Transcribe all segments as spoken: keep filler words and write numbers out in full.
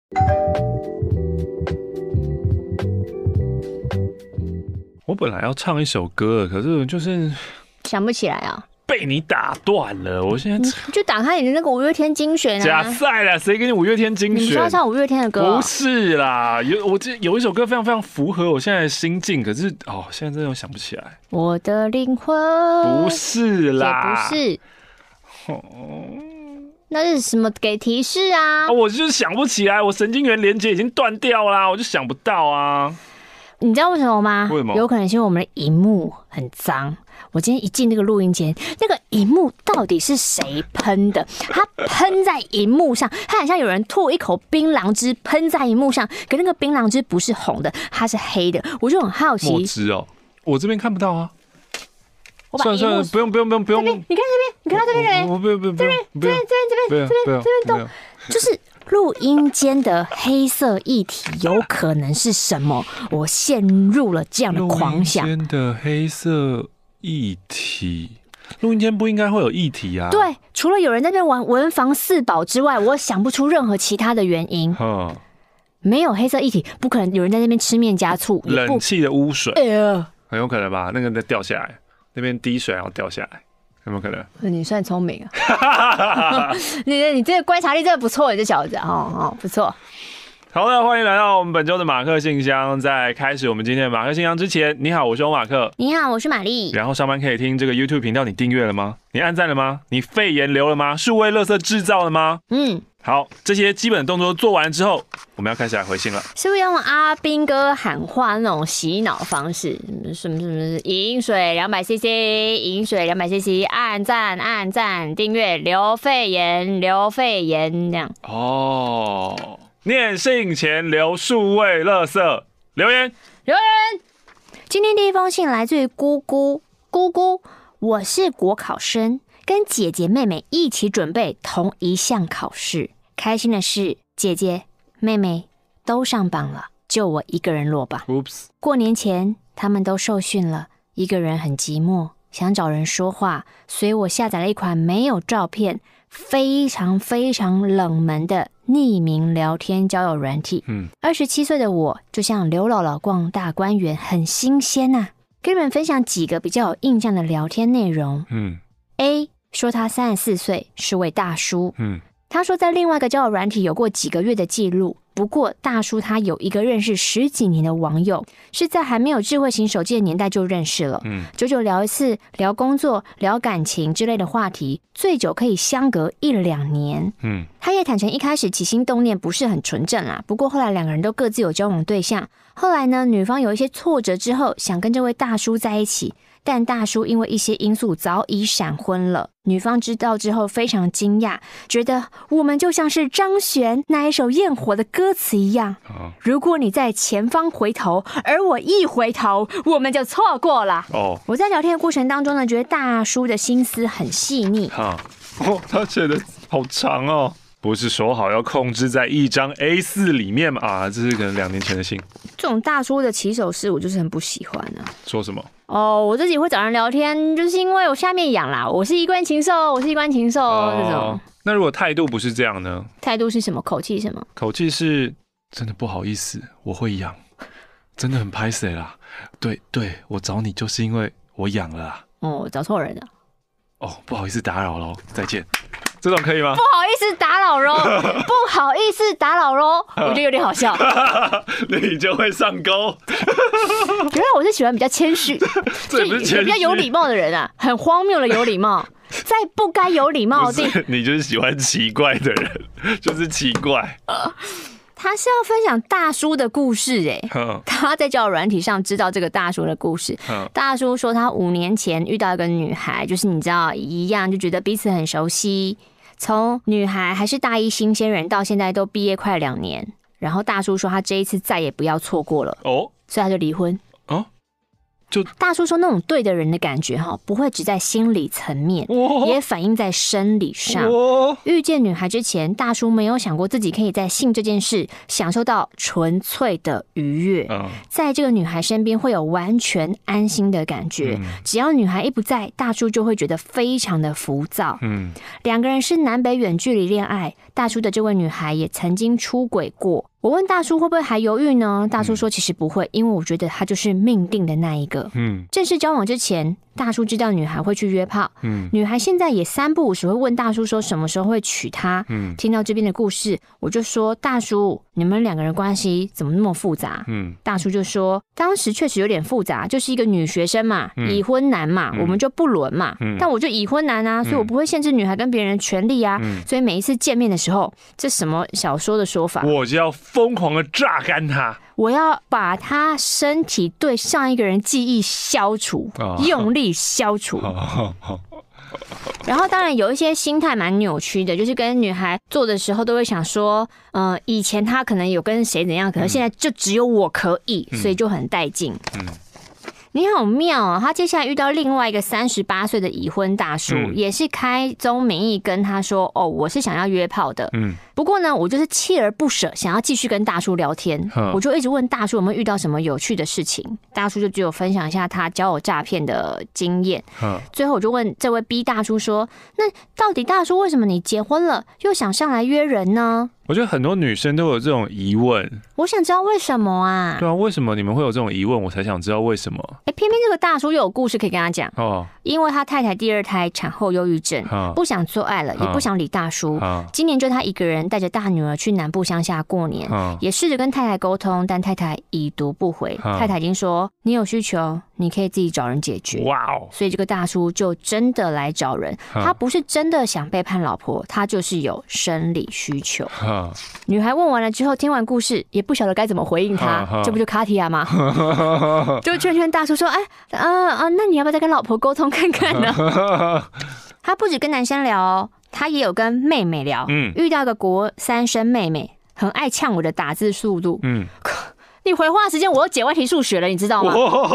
我本来要唱一首歌，可是就是想不起来啊。 被你打断了，我现在你就打开你的那个五月天精选啊！ 假赛了，谁给你五月天精选？ 你不是要唱五月天的歌、哦？ 不是啦，有我这有一首歌非常非常符合我现在的心境，可是哦，现在真的想不起来。 我的灵魂不是啦， 也不是。哦，那是什么？给提示啊！ 啊我就是想不起来，我神经元连接已经断掉啦，我就想不到啊。 你知道为什么吗？ 为什么？ 有可能是因为我们的荧幕很脏。我今天一进那个录音间，那个荧幕到底是谁喷的？它喷在荧幕上，它很像有人吐一口槟榔汁喷在荧幕上，可那个槟榔汁不是红的，它是黑的。我就很好奇。 墨汁哦，我这边看不到啊。 我把算了算了，不用不用不用不用。 你看这边，你看到这边人？ 我不用不用不用， 这边这边这边这边这边这边动，就是录音间的黑色液体有可能是什么？我陷入了这样的狂想。 录音间的黑色液体，录音间不应该会有液体啊？ 对，除了有人在那边玩文房四宝之外，我想不出任何其他的原因。 嗯， 没有黑色液体，不可能有人在那边吃面加醋。 冷气的污水， 哎呀， 很有可能吧？那个在掉下来，那边滴水然后掉下来，有没有可能？ 你算聪明啊！你你这个观察力真的不错，你这小子哦哦不错。 好的，欢迎来到我们本周的马克信箱。在开始我们今天的马克信箱之前，你好，我是欧马克。 你好，我是玛丽。 然后上班可以听这个 YouTube 频道，你订阅了吗？你按赞了吗？你肺炎留了吗？数位垃圾制造了吗？嗯，好，这些基本动作做完之后，我们要开始来回信了。 是不是用阿兵哥喊话那种洗脑方式？什么什么饮水两百 C C， 饮水两百 C C， 按赞按赞，订阅留肺炎留肺炎这样。 哦。念信前留数位垃圾，留言留言。今天第一封信来自于姑姑，姑姑，我是国考生，跟姐姐妹妹一起准备同一项考试。开心的是，姐姐妹妹都上榜了，就我一个人落榜。 Oops。 过年前他们都受训了，一个人很寂寞，想找人说话，所以我下载了一款没有照片、非常非常冷门的匿名聊天交友软体。嗯，二十七岁的我就像刘姥姥逛大观园，很新鲜啊。跟你们分享几个比较有印象的聊天内容。嗯 ，A 说他三十四岁，是位大叔。嗯，他说在另外一个交友软体有过几个月的记录。不过大叔他有一个认识十几年的网友，是在还没有智慧型手机的年代就认识了。嗯，久久聊一次，聊工作、聊感情之类的话题，最久可以相隔一两年。嗯，他也坦诚一开始起心动念不是很纯正啦，不过后来两个人都各自有交往对象。后来呢，女方有一些挫折之后，想跟这位大叔在一起。但大叔因为一些因素早已闪婚了，女方知道之后非常惊讶，觉得我们就像是张悬那一首《焰火》的歌词一样，如果你在前方回头，而我一回头，我们就错过了。哦，我在聊天的过程当中呢，觉得大叔的心思很细腻。哈， 哦，他写的好长哦。不是说好要控制在一张 A 四 里面吗？啊，这是可能两年前的信。 这种大叔的起手式，我就是很不喜欢啊。 说什么？ 哦，我自己会找人聊天，就是因为我下面痒啦。我是一贯禽兽，我是一贯禽兽、哦、这种。 那如果态度不是这样呢？ 态度是什么？口气什么？ 口气是真的不好意思，我会痒，真的很拍谁啦。对对，我找你就是因为我痒了啦。 哦，找错人了。 哦，不好意思打扰喽，再见。这种可以吗？ 不好意思打扰咯，不好意思打扰咯，我觉得有点好笑。 你就会上钩。 原来我是喜欢比较谦虚， 这不是谦虚， 比较有礼貌的人啊，很荒谬的有礼貌，在不该有礼貌的地方， 你就是喜欢奇怪的人，就是奇怪。 他是要分享大叔的故事哎、欸，他在交友软体上知道这个大叔的故事。大叔说他五年前遇到一个女孩，就是你知道一样，就觉得彼此很熟悉。从女孩还是大一新鲜人，到现在都毕业快两年。然后大叔说他这一次再也不要错过了哦，所以他就离婚。哦， 就大叔说那种对的人的感觉哈，不会只在心理层面，也反映在生理上。遇见女孩之前，大叔没有想过自己可以在性这件事享受到纯粹的愉悦，在这个女孩身边会有完全安心的感觉。只要女孩一不在，大叔就会觉得非常的浮躁。嗯，两个人是南北远距离恋爱，大叔的这位女孩也曾经出轨过。我问大叔会不会还犹豫呢？大叔说其实不会，因为我觉得他就是命定的那一个。嗯，正式交往之前，大叔知道女孩会去约炮，嗯，女孩现在也三不五时会问大叔说什么时候会娶她。嗯，听到这边的故事，我就说大叔，你们两个人关系怎么那么复杂？嗯，大叔就说当时确实有点复杂，就是一个女学生嘛，嗯、已婚男嘛，嗯、我们就不伦嘛，嗯、但我就已婚男啊，所以我不会限制女孩跟别人的权利啊，嗯、所以每一次见面的时候，这什么小说的说法？ 我就要疯狂的榨干他， 我要把他身体对上一个人记忆消除，哦、用力消除。哦哦、然后当然有一些心态蛮扭曲的，就是跟女孩做的时候都会想说，呃，以前他可能有跟谁怎样，可能现在就只有我可以，嗯、所以就很带劲。嗯嗯，你好妙啊！他接下来遇到另外一个三十八岁的已婚大叔，嗯、也是开宗明义跟他说：“哦，我是想要约炮的。”嗯，不过呢，我就是锲而不舍，想要继续跟大叔聊天。嗯、我就一直问大叔有没有遇到什么有趣的事情，大叔就只有分享一下他交友诈骗的经验。嗯、最后我就问这位 B 大叔说：“那到底大叔为什么你结婚了又想上来约人呢？” 我觉得很多女生都有这种疑问， 我想知道为什么啊？ 对啊，为什么你们会有这种疑问？我才想知道为什么。 哎、欸，偏偏这个大叔又有故事可以跟他讲哦。因为他太太第二胎产后忧郁症，哦、不想做爱了，也不想理大叔。哦、今年就他一个人带着大女儿去南部乡下过年，哦、也试着跟太太沟通，但太太已读不回。哦、太太已经说：“你有需求，你可以自己找人解决。”哇哦！所以这个大叔就真的来找人，哦、他不是真的想背叛老婆，他就是有生理需求。哦、女孩问完了之后，听完故事也不晓得该怎么回应他，哦、这不就卡提亚吗？就劝劝大叔说：“哎，啊啊，那你要不要再跟老婆沟通看看呢？”他不止跟男生聊哦，他也有跟妹妹聊。嗯，遇到一个国三生妹妹，很爱呛我的打字速度。嗯，你回话时间我都解外题数学了，你知道吗？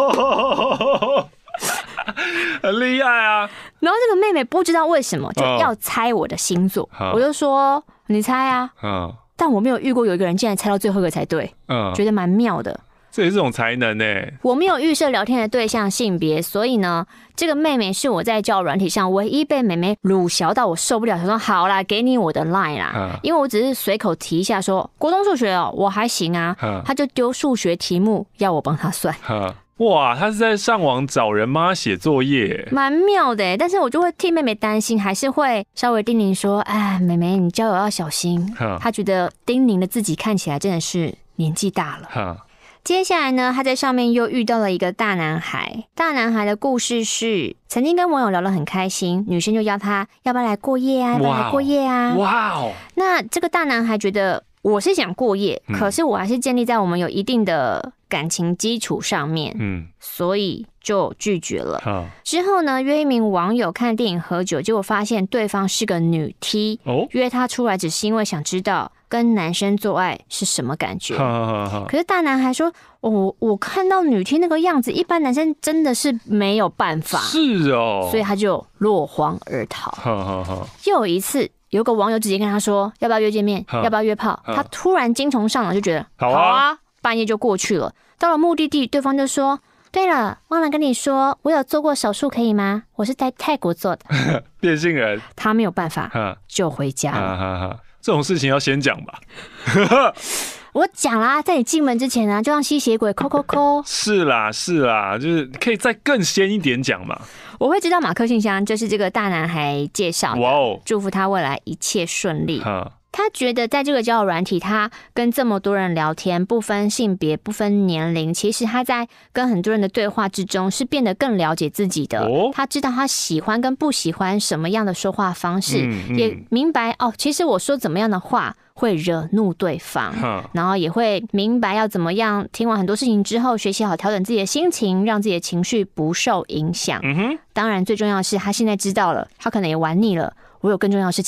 很厉害啊！ 然后这个妹妹不知道为什么就要猜我的星座，哦、我就说你猜啊。嗯，但我没有遇过有一个人竟然猜到最后一个才对，嗯，觉得蛮妙的。 这也是种才能欸。 我没有预设聊天的对象性别，所以呢，这个妹妹是我在交友软体上唯一被妹妹辱小到我受不了，她说好啦，给你我的 line 啦，嗯、因为我只是随口提一下说国中数学哦，我还行啊，嗯、她就丢数学题目要我帮她算。 嗯哇，他是在上网找人帮他写作业， 蛮妙的。但是我就会替妹妹担心，还是会稍微叮咛说：“哎，妹妹，你交友要小心。”她觉得叮咛的自己看起来真的是年纪大了。接下来呢，他在上面又遇到了一个大男孩。大男孩的故事是，曾经跟网友聊得很开心，女生就邀他要不要来过夜啊，要不要来过夜啊。哇哦！那这个大男孩觉得我是想过夜，嗯、可是我还是建立在我们有一定的感情基础上面，嗯，所以就拒绝了。哦、之后呢，约一名网友看电影喝酒，结果发现对方是个女 T，哦、约他出来只是因为想知道跟男生做爱是什么感觉。哦、可是大男孩说，哦，我我看到女 T 那个样子，一般男生真的是没有办法。 是哦， 所以他就落荒而逃。哦、又有一次。有个网友直接跟他说要不要约见面，要不要约炮，他突然精虫上脑，就觉得好啊，好啊，半夜就过去了。到了目的地，对方就说：“对了，忘了跟你说，我有做过手术，可以吗？我是在泰国做的。” 变性人， 他没有办法，就回家了。 这种事情要先讲吧。 我讲啦，在你进门之前啊，就让吸血鬼扣扣扣。 是啦，是啦，就是可以再更先一点讲嘛。 我会知道马克信箱就是这个大男孩介绍的，哇哦！祝福他未来一切顺利。他觉得在这个交友软体，他跟这么多人聊天，不分性别，不分年龄，其实他在跟很多人的对话之中是变得更了解自己的。哦、他知道他喜欢跟不喜欢什么样的说话方式，嗯嗯、也明白哦，其实我说怎么样的话会惹怒对方，嗯、然后也会明白要怎么样听完很多事情之后，学习好调整自己的心情，让自己的情绪不受影响。嗯、当然，最重要的是他现在知道了，他可能也玩腻了。我有更重要的事情。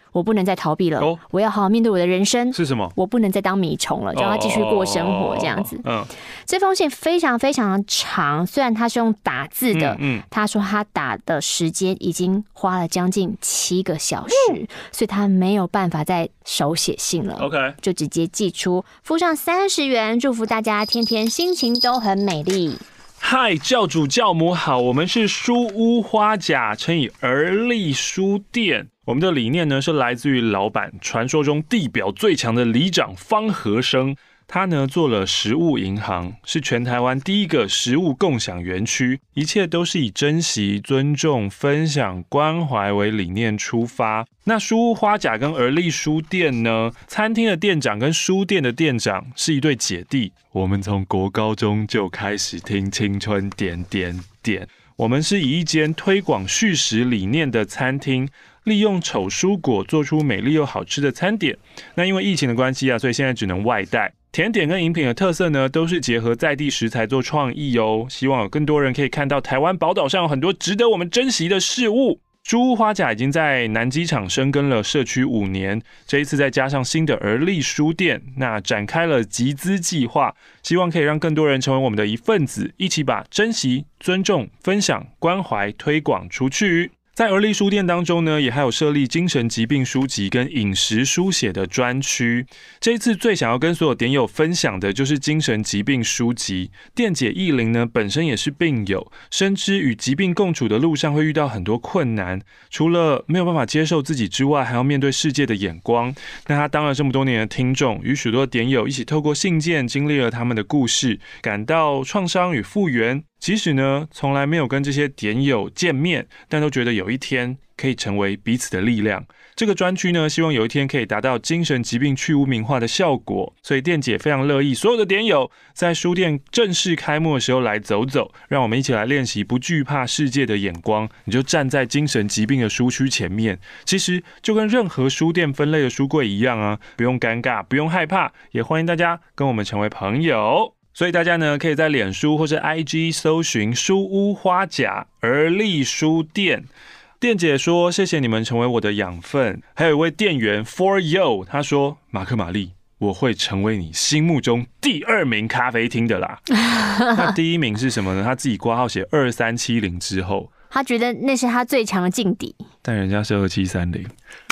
我不能再逃避了，哦、我要好好面对我的人生。 是什么？ 我不能再当米虫了，就让他继续过生活这样子。嗯，这封信非常非常长，虽然他是用打字的，嗯，嗯他说他打的时间已经花了将近七个小时，嗯、所以他没有办法再手写信了。 OK， 就直接寄出，付上三十元，祝福大家天天心情都很美丽。 嗨，教主教母好，我们是书屋花甲乘以而立书店。我们的理念呢是来自于老板，传说中地表最强的里长方和生。他呢做了食物银行，是全台湾第一个食物共享园区，一切都是以珍惜、尊重、分享、关怀为理念出发。那书屋花甲跟而立书店呢，餐厅的店长跟书店的店长是一对姐弟，我们从国高中就开始听青春点点点。我们是以一间推广续食理念的餐厅，利用丑蔬果做出美丽又好吃的餐点。那因为疫情的关系啊，所以现在只能外带。甜点跟饮品的特色呢，都是结合在地食材做创意哦。希望有更多人可以看到台湾宝岛上有很多值得我们珍惜的事物。书屋花甲已经在南机场深耕了社区五年，这一次再加上新的而立书店，那展开了集资计划，希望可以让更多人成为我们的一份子，一起把珍惜、尊重、分享、关怀推广出去。在而立书店当中呢，也还有设立精神疾病书籍跟饮食书写的专区。这一次最想要跟所有点友分享的就是精神疾病书籍。店姐艺玲呢，本身也是病友，深知与疾病共处的路上会遇到很多困难，除了没有办法接受自己之外，还要面对世界的眼光。那她当了这么多年的听众，与许多点友一起透过信件经历了他们的故事，感到创伤与复原。即使呢，从来没有跟这些点友见面，但都觉得有一天可以成为彼此的力量。这个专区呢，希望有一天可以达到精神疾病去污名化的效果，所以店姐非常乐意所有的点友在书店正式开幕的时候来走走，让我们一起来练习不惧怕世界的眼光。你就站在精神疾病的书区前面，其实就跟任何书店分类的书柜一样啊，不用尴尬，不用害怕，也欢迎大家跟我们成为朋友。所以大家呢，可以在脸书或是 I G 搜寻书屋花甲而立书店。店姐说：“谢谢你们成为我的养分。”还有一位店员 For You， 他说：“马克玛丽，我会成为你心目中第二名咖啡厅的啦。”那第一名是什么呢？他自己括号写二三七零之后， 他觉得那是他最强的劲敌， 但人家是二七三零。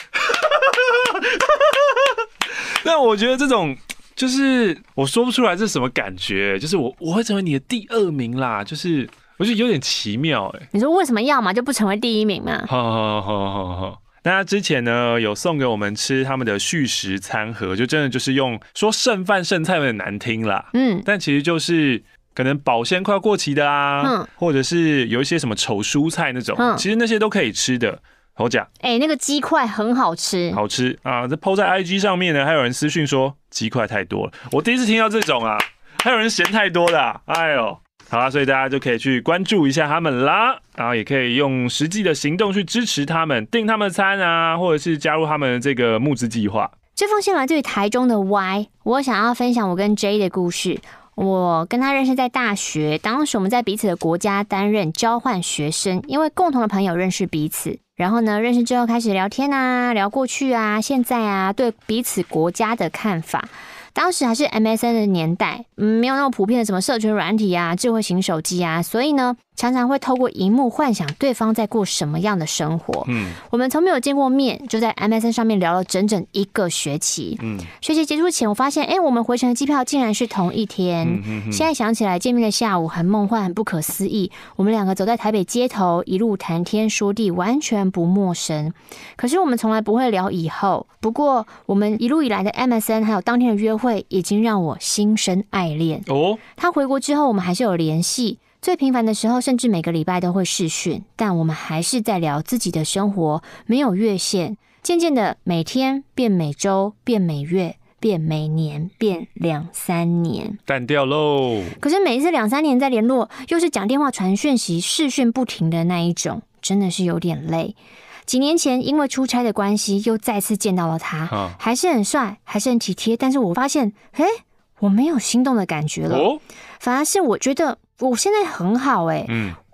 那我觉得这种。就是我说不出来这是什么感觉，就是我我会成为你的第二名啦，就是我觉得有点奇妙哎、欸。 你说为什么要嘛就不成为第一名嘛？ 好好好好好。那他之前呢有送给我们吃他们的续食餐盒，就真的就是用说剩饭剩菜有点难听啦，嗯，但其实就是可能保鲜快要过期的啊，嗯，或者是有一些什么丑蔬菜那种，嗯，其实那些都可以吃的。好假， 哎、欸，那个鸡块很好吃， 好吃啊！这 po 在 I G 上面呢，还有人私讯说鸡块太多了，我第一次听到这种啊，还有人嫌太多的、啊，哎呦，好啦，所以大家就可以去关注一下他们啦，然后也可以用实际的行动去支持他们，订他们的餐啊，或者是加入他们的这个募资计划。 这封信来自于台中的 Y， 我想要分享我跟 J 的故事。我跟他认识在大学，当时我们在彼此的国家担任交换学生，因为共同的朋友认识彼此。然后呢，认识之后开始聊天啊，聊过去啊，现在啊，对彼此国家的看法。当时还是 M S N 的年代，嗯，没有那种普遍的什么社群软体啊、智慧型手机啊，所以呢，常常会透过荧幕幻想对方在过什么样的生活。嗯，我们从没有见过面，就在 M S N 上面聊了整整一个学期。嗯，学期结束前，我发现，哎，我们回程的机票竟然是同一天。嗯嗯嗯、现在想起来，见面的下午很梦幻、很不可思议。我们两个走在台北街头，一路谈天说地，完全不陌生。可是我们从来不会聊以后。不过，我们一路以来的 M S N 还有当天的约会，已经让我心生爱恋。哦，他回国之后，我们还是有联系。最频繁的时候，甚至每个礼拜都会视讯，但我们还是在聊自己的生活，没有越线。渐渐的，每天变每周，变每月，变每年，变两三年， 淡掉喽。 可是每一次两三年再联络，又是讲电话、传讯息、视讯不停的那一种，真的是有点累。几年前因为出差的关系，又再次见到了他，啊、还是很帅，还是很体贴，但是我发现，嘿，我没有心动的感觉了，哦、反而是我觉得我现在很好哎、欸，嗯，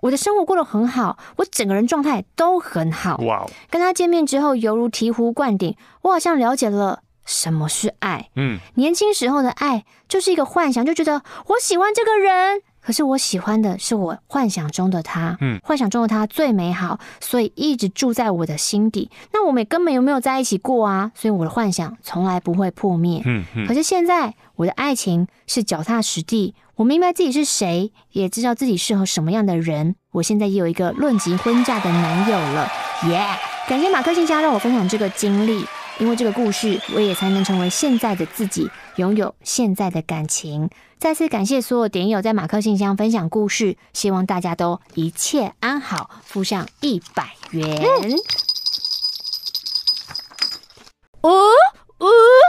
我的生活过得很好，我整个人状态都很好。 哇！ 跟他见面之后，犹如醍醐灌顶，我好像了解了什么是爱。嗯，年轻时候的爱就是一个幻想，就觉得我喜欢这个人。可是我喜欢的是我幻想中的他，嗯，幻想中的他最美好，所以一直住在我的心底。那我们根本有没有在一起过啊？所以我的幻想从来不会破灭。嗯嗯。可是现在我的爱情是脚踏实地，我明白自己是谁，也知道自己适合什么样的人。我现在也有一个论及婚嫁的男友了，耶、yeah! 感谢马克信箱让我分享这个经历，因为这个故事，我也才能成为现在的自己，拥有现在的感情。再次感谢所有点友在马克信箱分享故事，希望大家都一切安好，付上一百元。哦哦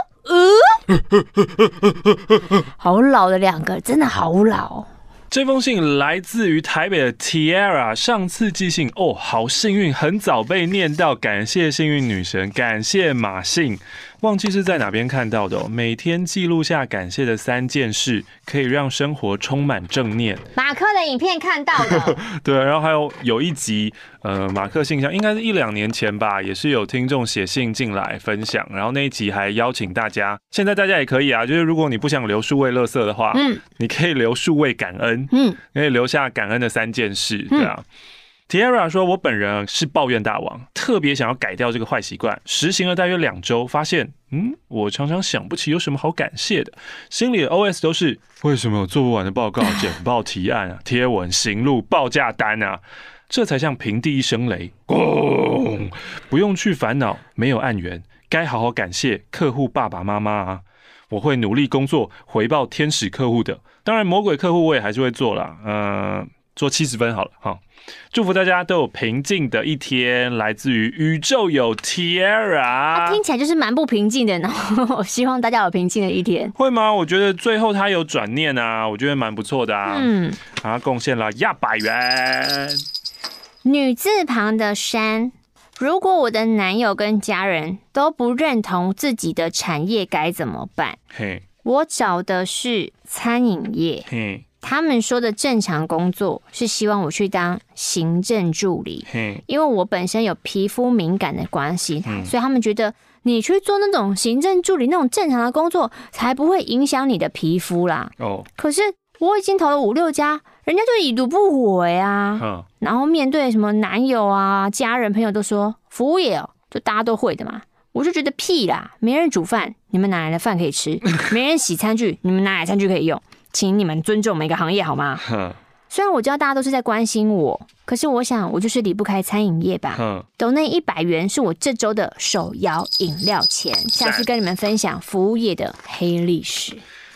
哦！好老的两个，真的好老。 这封信来自于台北的 Tiara， 上次寄信哦，好幸运，很早被念到，感谢幸运女神，感谢马信。忘记是在哪边看到的哦。每天记录下感谢的三件事，可以让生活充满正念。 马克的影片看到的。 对，然后还有有一集，呃，马克信箱应该是一两年前吧，也是有听众写信进来分享，然后那一集还邀请大家，现在大家也可以啊，就是如果你不想留数位垃圾的话，嗯，你可以留数位感恩，嗯，可以留下感恩的三件事，对啊。嗯Tiara 说：“我本人是抱怨大王，特别想要改掉这个坏习惯。实行了大约两周，发现，嗯，我常常想不起有什么好感谢的，心里的 O S 都是为什么有做不完的报告、简报提案啊、贴文、行路、报价单啊，这才像平地一声雷，咣！不用去烦恼没有案源，该好好感谢客户爸爸妈妈啊。我会努力工作，回报天使客户的。当然，魔鬼客户我也还是会做啦，呃，做七十分好了哈。”祝福大家都有平静的一天，来自于宇宙有 Tiara， 听起来就是蛮不平静的，然后我希望大家有平静的一天。 会吗？我觉得最后他有转念啊，我觉得蛮不错的啊。嗯，他贡献了一百元。 女字旁的山，如果我的男友跟家人都不认同自己的产业该怎么办？嘿，我找的是餐饮业。嘿。他们说的正常工作是希望我去当行政助理，因为我本身有皮肤敏感的关系，嗯、所以他们觉得你去做那种行政助理那种正常的工作，才不会影响你的皮肤啦。哦，可是我已经投了五六家，人家就已读不回啊。嗯、然后面对什么男友啊、家人、朋友都说服务业哦，就大家都会的嘛。我就觉得屁啦，没人煮饭，你们哪来的饭可以吃？没人洗餐具，你们哪来的餐具可以用？请你们尊重每个行业好吗？虽然我知道大家都是在关心我，可是我想我就是离不开餐饮业吧。抖内一百元是我这周的手摇饮料钱，下次跟你们分享服务业的黑历史。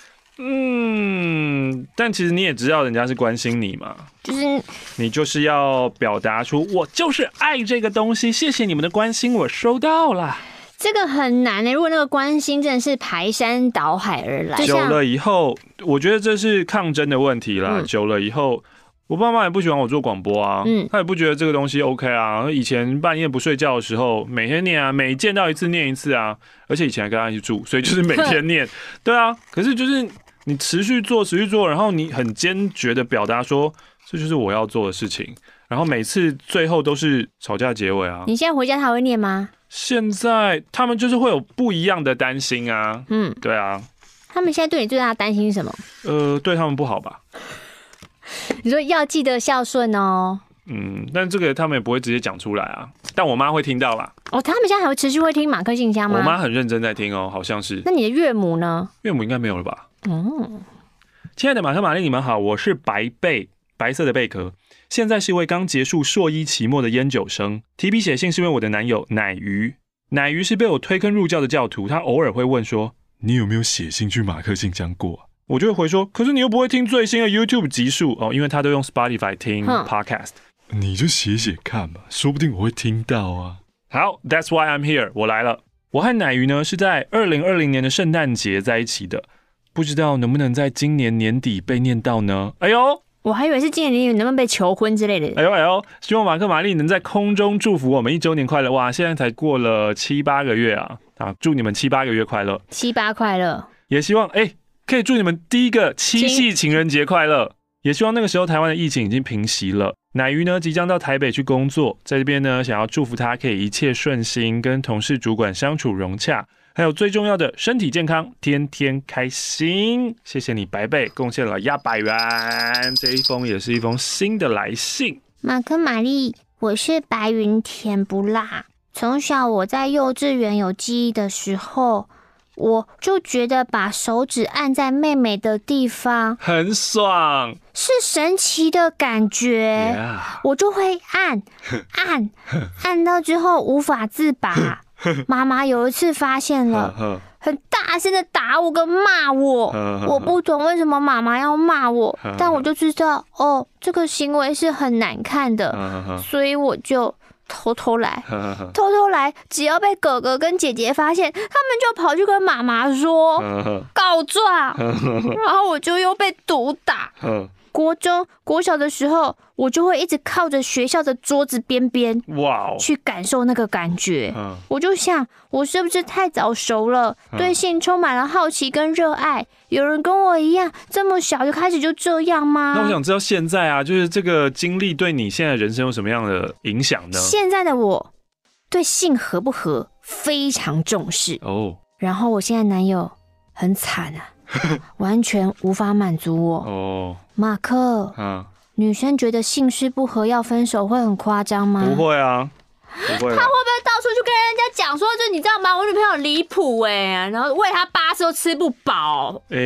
嗯，但其实你也知道人家是关心你嘛，就是你就是要表达出我就是爱这个东西，谢谢你们的关心，我收到了。 这个很难欸，如果那个关心真的是排山倒海而来， 久了以后，我觉得这是抗争的问题啦。嗯、久了以后，我爸妈也不喜欢我做广播啊，嗯、他也不觉得这个东西 OK 啊。以前半夜不睡觉的时候，每天念啊，每见到一次念一次啊，而且以前还跟他一起住，所以就是每天念。对啊，可是就是你持续做，持续做，然后你很坚决的表达说，这就是我要做的事情，然后每次最后都是吵架结尾啊。 你现在回家他会念吗？ 现在他们就是会有不一样的担心啊，嗯，对啊。 他们现在对你最大的担心是什么？ 呃，对他们不好吧？ 你说要记得孝顺哦。 嗯，但这个他们也不会直接讲出来啊。但我妈会听到啦。 哦，他们现在还会持续会听马克信箱吗？ 我妈很认真在听哦，好像是。 那你的岳母呢？ 岳母应该没有了吧？嗯。亲爱的马克玛丽，你们好，我是白贝，白色的贝壳。现在是一位刚结束硕一期末的烟酒生，提笔写信是因为我的男友奶鱼，奶鱼是被我推坑入教的教徒，他偶尔会问说，你有没有写信去马克信箱过？我就会回说，可是你又不会听最新的 YouTube 集数哦，因为他都用 Spotify 听 Podcast，、嗯、你就写写看嘛，说不定我会听到啊。好 ，That's why I'm here， 我来了。我和奶鱼呢是在二零二零年的圣诞节在一起的，不知道能不能在今年年底被念到呢？哎呦！ 我还以为是今年年底能不能被求婚之类的。 哎呦哎呦，希望马克玛丽能在空中祝福我们一周年快乐！哇，现在才过了七八个月啊！啊，祝你们七八个月快乐， 七八快乐！ 也希望哎、欸，可以祝你们第一个七夕情人节快乐！ 也希望那个时候台湾的疫情已经平息了。乃瑜呢即将到台北去工作，在这边呢想要祝福他可以一切顺心，跟同事主管相处融洽，还有最重要的身体健康，天天开心。谢谢你白贝贡献了一百元，这一封也是一封新的来信。 马克玛丽，我是白云甜不辣。从小我在幼稚园有记忆的时候，我就觉得把手指按在妹妹的地方很爽， 是神奇的感觉。 yeah. 我就会按按按到之后无法自拔。妈妈有一次发现了，很大声的打我跟骂我。我不懂为什么妈妈要骂我，但我就知道哦，这个行为是很难看的，所以我就偷偷来，偷偷来，只要被哥哥跟姐姐发现，他们就跑去跟妈妈说告状，然后我就又被毒打。国中、国小的时候，我就会一直靠着学校的桌子边边，哇，去感受那个感觉。我就想，我是不是太早熟了，对性充满了好奇跟热爱？有人跟我一样这么小就开始就这样吗？ 那我想知道现在啊，就是这个经历对你现在人生有什么样的影响呢？ 现在的我对性合不合非常重视哦，然后我现在男友很惨啊。完全无法满足我哦，马克，嗯，女生觉得性事不合要分手会很夸张吗？ 不会啊，不会、啊。 他会不会到处去跟人家讲说，就你知道吗？我女朋友离谱哎，然后喂她八次都吃不饱。诶、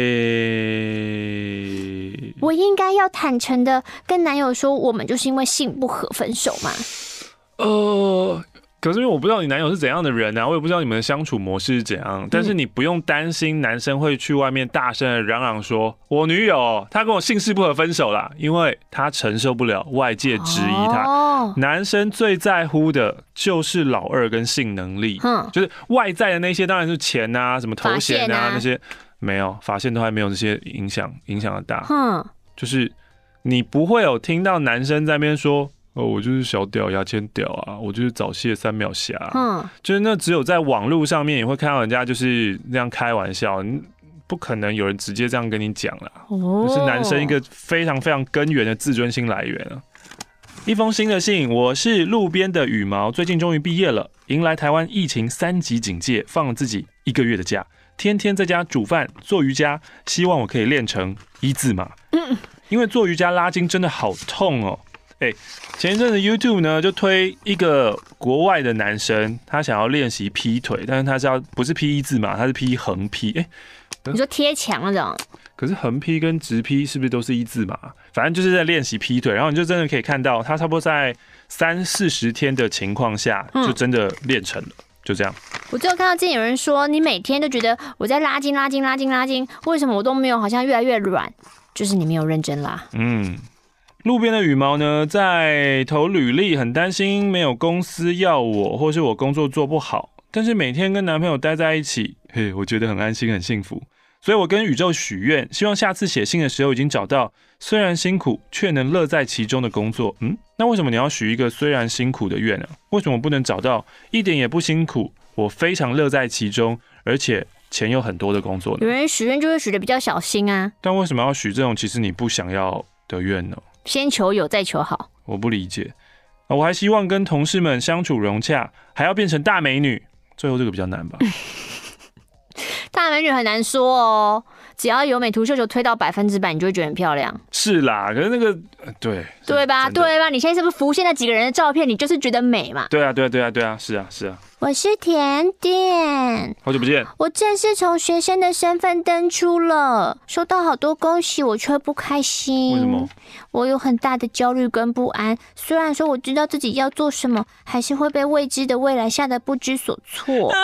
欸，我应该要坦诚的跟男友说，我们就是因为性不合分手吗？ 呃。可是因为我不知道你男友是怎样的人啊，我也不知道你们的相处模式是怎样。但是你不用担心男生会去外面大声的嚷嚷说，我女友她跟我性事不合分手啦，因为他承受不了外界质疑他。哦、男生最在乎的就是老二跟性能力，嗯、就是外在的那些当然是钱啊、什么头衔啊, 啊那些，没有发现都还没有这些影响影响的大。嗯，就是你不会有听到男生在那边说。哦，我就是小屌牙签屌啊，我就是早泄三秒侠，嗯，就是那只有在网络上面你会看到人家就是这样开玩笑，不可能有人直接这样跟你讲啦。哦，这是男生一个非常非常根源的自尊心来源啊。一封新的信，我是路边的羽毛，最近终于毕业了，迎来台湾疫情三级警戒，放了自己一个月的假，天天在家煮饭做瑜伽，希望我可以练成一字马。嗯，因为做瑜伽拉筋真的好痛哦。欸、前一阵子 YouTube 呢就推一个国外的男生，他想要练习劈腿，但是他是要不是劈一字马，他是劈横劈。哎、 欸，你说贴墙那种？ 可是横劈跟直劈是不是都是一字马？反正就是在练习劈腿，然后你就真的可以看到他差不多在三四十天的情况下，就真的练成了。嗯，就这样。 我最后看到之前有人说，你每天都觉得我在拉筋拉筋拉筋拉筋，为什么我都没有好像越来越软？就是你没有认真拉。嗯。 路边的羽毛呢，在投履历，很担心没有公司要我，或是我工作做不好。但是每天跟男朋友待在一起，嘿，我觉得很安心，很幸福。所以我跟宇宙许愿，希望下次写信的时候已经找到虽然辛苦却能乐在其中的工作。嗯，那为什么你要许一个虽然辛苦的愿呢？为什么不能找到一点也不辛苦，我非常乐在其中，而且钱有很多的工作呢？ 有人许愿就会许得比较小心啊。 但为什么要许这种其实你不想要的愿呢？ 先求有，再求好。 我不理解。我还希望跟同事们相处融洽，还要变成大美女。最后这个比较难吧？ 大美女很难说哦，只要有美图秀秀推到百分之百，你就会觉得很漂亮。 是啦，可是那个对对吧？对吧？你现在是不是浮现那几个人的照片，你就是觉得美嘛？ 对啊，对啊，对啊，对啊，是啊，是啊。 我是甜点， 好久不见。 我正式从学生的身份登出了，收到好多恭喜，我却不开心。 为什么？ 我有很大的焦虑跟不安。虽然说我知道自己要做什么，还是会被未知的未来吓得不知所措。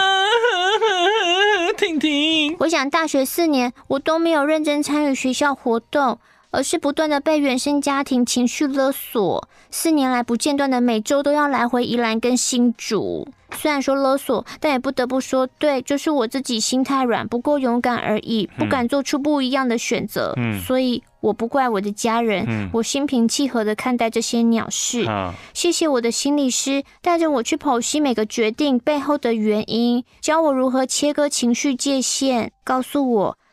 婷婷， 我想大学四年我都没有认真参与学校活动，而是不断的被原生家庭情绪勒索。四年来不间断的每周都要来回宜兰跟新竹。虽然说勒索，但也不得不说，对，就是我自己心太软，不够勇敢而已，不敢做出不一样的选择。嗯，所以我不怪我的家人，嗯、我心平气和的看待这些鸟事。啊、谢谢我的心理师带着我去剖析每个决定背后的原因，教我如何切割情绪界限，告诉我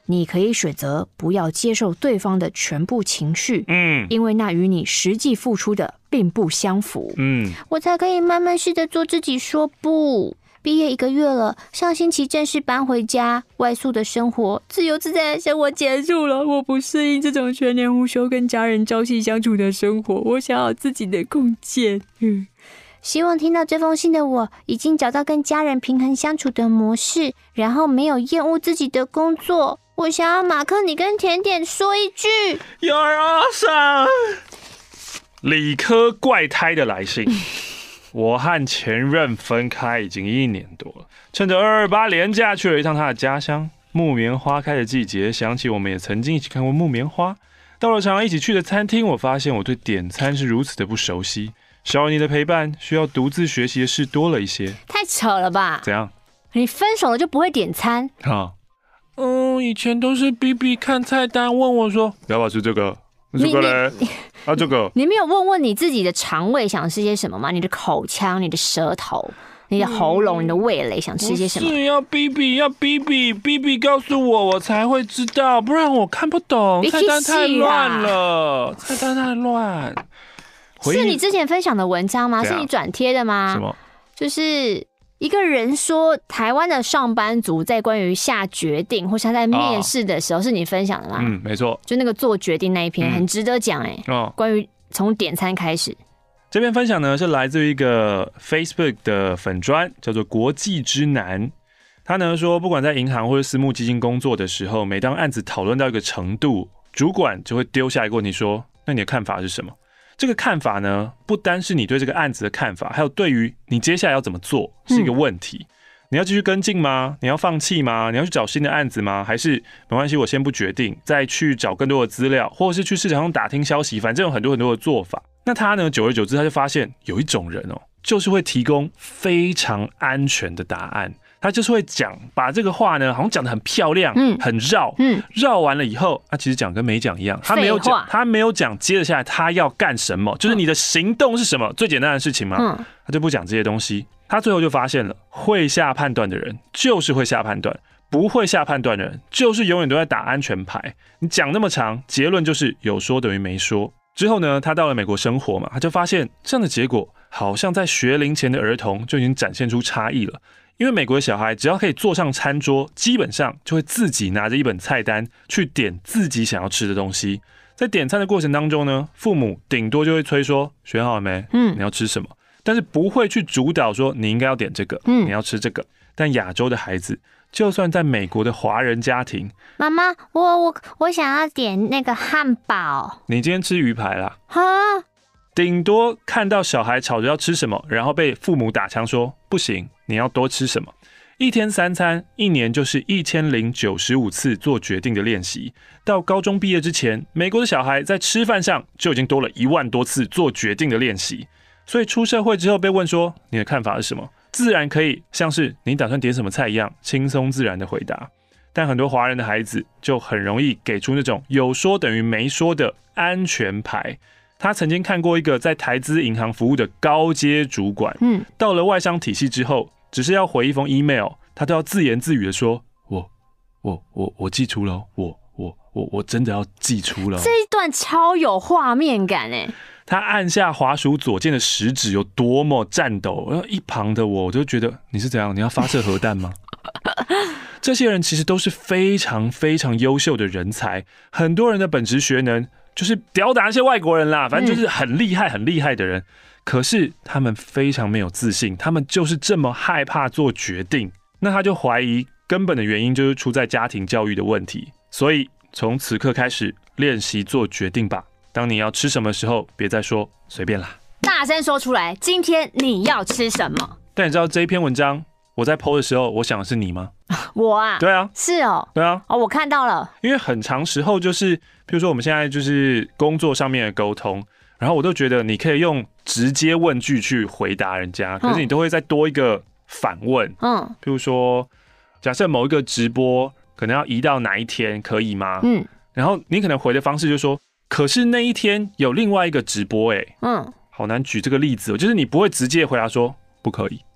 你可以选择不要接受对方的全部情绪， 嗯， 因为那与你实际付出的并不相符。 嗯， 我才可以慢慢试着做自己说不。毕业一个月了，上星期正式搬回家，外宿的生活，自由自在的生活结束了。我不适应这种全年无休跟家人朝夕相处的生活，我想要自己的空间。嗯，希望听到这封信的我，已经找到跟家人平衡相处的模式，然后没有厌恶自己的工作。我想要马克，你跟甜点说一句 You're awesome。理科怪胎的来信。我和前任分开已经一年多了，趁着二二八连假去了一趟他的家乡。木棉花开的季节，想起我们也曾经一起看过木棉花。到了常常一起去的餐厅，我发现我对点餐是如此的不熟悉，少了你的陪伴，需要独自学习的事多了一些。 太扯了吧？ 怎样？ 你分手了就不会点餐？ 啊，嗯，以前都是 B B 看菜单问我说要不要吃这个，这个嘞。啊，这个你没有问问你自己的肠胃想吃些什么吗？你的口腔、你的舌头、你的喉咙、嗯、你的味蕾想吃些什么？ 是要 B B 要 B B B B 告诉我，我才会知道，不然我看不懂。菜单太乱了，菜单太乱。 是你之前分享的文章吗？是你转贴的吗？ 什么？ 就是一个人说，台湾的上班族在关于下决定，或是他在面试的时候，哦、是你分享的吗？ 嗯，没错， 就那个做决定那一篇，嗯、很值得讲哎、欸。哦，关于从点餐开始， 这篇分享呢是来自于一个 Facebook 的粉专，叫做国际之南。他呢说，不管在银行或者私募基金工作的时候，每当案子讨论到一个程度，主管就会丢下一个问题说：“那你的看法是什么？”这个看法呢，不单是你对这个案子的看法，还有对于你接下来要怎么做是一个问题。嗯、你要继续跟进吗？你要放弃吗？你要去找新的案子吗？还是没关系，我先不决定，再去找更多的资料，或者是去市场上打听消息，反正有很多很多的做法。那他呢，久而久之，他就发现有一种人哦，就是会提供非常安全的答案。他就是会讲，把这个话呢，好像讲得很漂亮，嗯，很绕，嗯，绕完了以后，他、啊、其实讲跟没讲一样，他没有讲，他没有讲，接着下来他要干什么，就是你的行动是什么，嗯、最简单的事情嘛，嗯，他就不讲这些东西。他最后就发现了，会下判断的人就是会下判断，不会下判断的人就是永远都在打安全牌。你讲那么长，结论就是有说等于没说。之后呢，他到了美国生活嘛，他就发现这样的结果，好像在学龄前的儿童就已经展现出差异了。因为美国的小孩只要可以坐上餐桌，基本上就会自己拿着一本菜单去点自己想要吃的东西。在点餐的过程当中呢，父母顶多就会催说选好了没？嗯，你要吃什么？但是不会去主导说你应该要点这个，嗯，你要吃这个。但亚洲的孩子，就算在美国的华人家庭， 妈妈，我我我想要点那个汉堡。 你今天吃鱼排啦？哈。顶多看到小孩吵着要吃什么，然后被父母打枪说不行，你要多吃什么。一天三餐，一年就是一千零九十五次做决定的练习。到高中毕业之前，美国的小孩在吃饭上就已经多了一万多次做决定的练习。所以出社会之后被问说你的看法是什么，自然可以像是你打算点什么菜一样轻松自然的回答。但很多华人的孩子就很容易给出那种有说等于没说的安全牌。他曾经看过一个在台资银行服务的高阶主管，嗯，到了外商体系之后，只是要回一封 email， 他都要自言自语的说：“我、我、我、我记出了，我、我、我、我真的要记出了。” 这一段超有画面感哎！ 他按下滑鼠左键的食指有多么颤抖，然后一旁的我，我就觉得你是怎样？你要发射核弹吗？这些人其实都是非常非常优秀的人才，很多人的本职学能。就是吊打那些外国人啦，反正就是很厉害、很厉害的人。可是他们非常没有自信，他们就是这么害怕做决定。那他就怀疑根本的原因就是出在家庭教育的问题。所以从此刻开始练习做决定吧。当你要吃什么时候，别再说随便啦， 大声说出来。今天你要吃什么？ 但你知道这一篇文章我在 po 的时候，我想的是你吗？ 我啊， 对啊， 是哦， 对啊， 哦，我看到了。 因为很长时候就是，比如说我们现在就是工作上面的沟通，然后我都觉得你可以用直接问句去回答人家，可是你都会再多一个反问，嗯，比如说假设某一个直播可能要移到哪一天，可以吗？嗯，然后你可能回的方式就是说，可是那一天有另外一个直播、欸，哎，嗯，好难举这个例子，就是你不会直接回答说不可以。